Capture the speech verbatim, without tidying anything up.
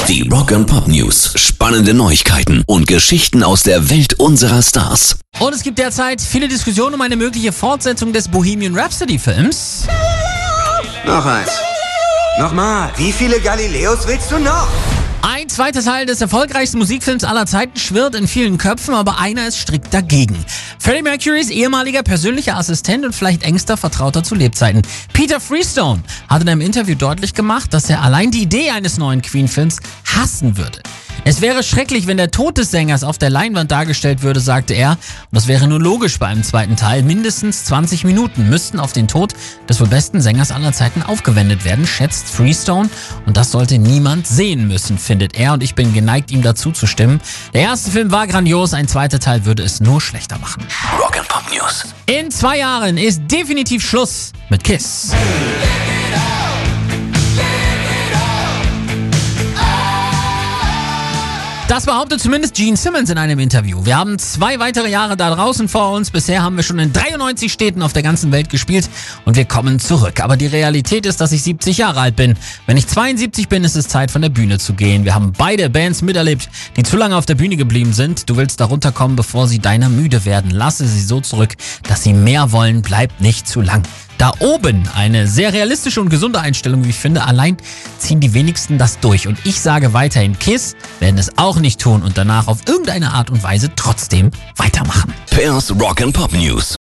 Die Rock and Pop News. Spannende Neuigkeiten und Geschichten aus der Welt unserer Stars. Und es gibt derzeit viele Diskussionen um eine mögliche Fortsetzung des Bohemian Rhapsody-Films. Noch eins. Nochmal. Wie viele Galileos willst du noch? Ein zweiter Teil des erfolgreichsten Musikfilms aller Zeiten schwirrt in vielen Köpfen, aber einer ist strikt dagegen. Freddie Mercurys ehemaliger persönlicher Assistent und vielleicht engster Vertrauter zu Lebzeiten, Peter Freestone, hat in einem Interview deutlich gemacht, dass er allein die Idee eines neuen Queen-Films hassen würde. Es wäre schrecklich, wenn der Tod des Sängers auf der Leinwand dargestellt würde, sagte er. Und das wäre nur logisch bei einem zweiten Teil. Mindestens zwanzig Minuten müssten auf den Tod des wohl besten Sängers aller Zeiten aufgewendet werden, schätzt Freestone. Und das sollte niemand sehen müssen, findet er. Und ich bin geneigt, ihm dazu zu stimmen. Der erste Film war grandios, ein zweiter Teil würde es nur schlechter machen. Rock and Pop News. In zwei Jahren ist definitiv Schluss mit Kiss. Das behauptet zumindest Gene Simmons in einem Interview. Wir haben zwei weitere Jahre da draußen vor uns. Bisher haben wir schon in dreiundneunzig Städten auf der ganzen Welt gespielt und wir kommen zurück. Aber die Realität ist, dass ich siebzig Jahre alt bin. Wenn ich zweiundsiebzig bin, ist es Zeit, von der Bühne zu gehen. Wir haben beide Bands miterlebt, die zu lange auf der Bühne geblieben sind. Du willst da runterkommen, bevor sie deiner müde werden. Lasse sie so zurück, dass sie mehr wollen. Bleibt nicht zu lang da oben. Eine sehr realistische und gesunde Einstellung, wie ich finde. Allein ziehen die wenigsten das durch. Und ich sage weiterhin, Kiss werden es auch nicht tun und danach auf irgendeine Art und Weise trotzdem weitermachen. Pairs Rock and Pop News.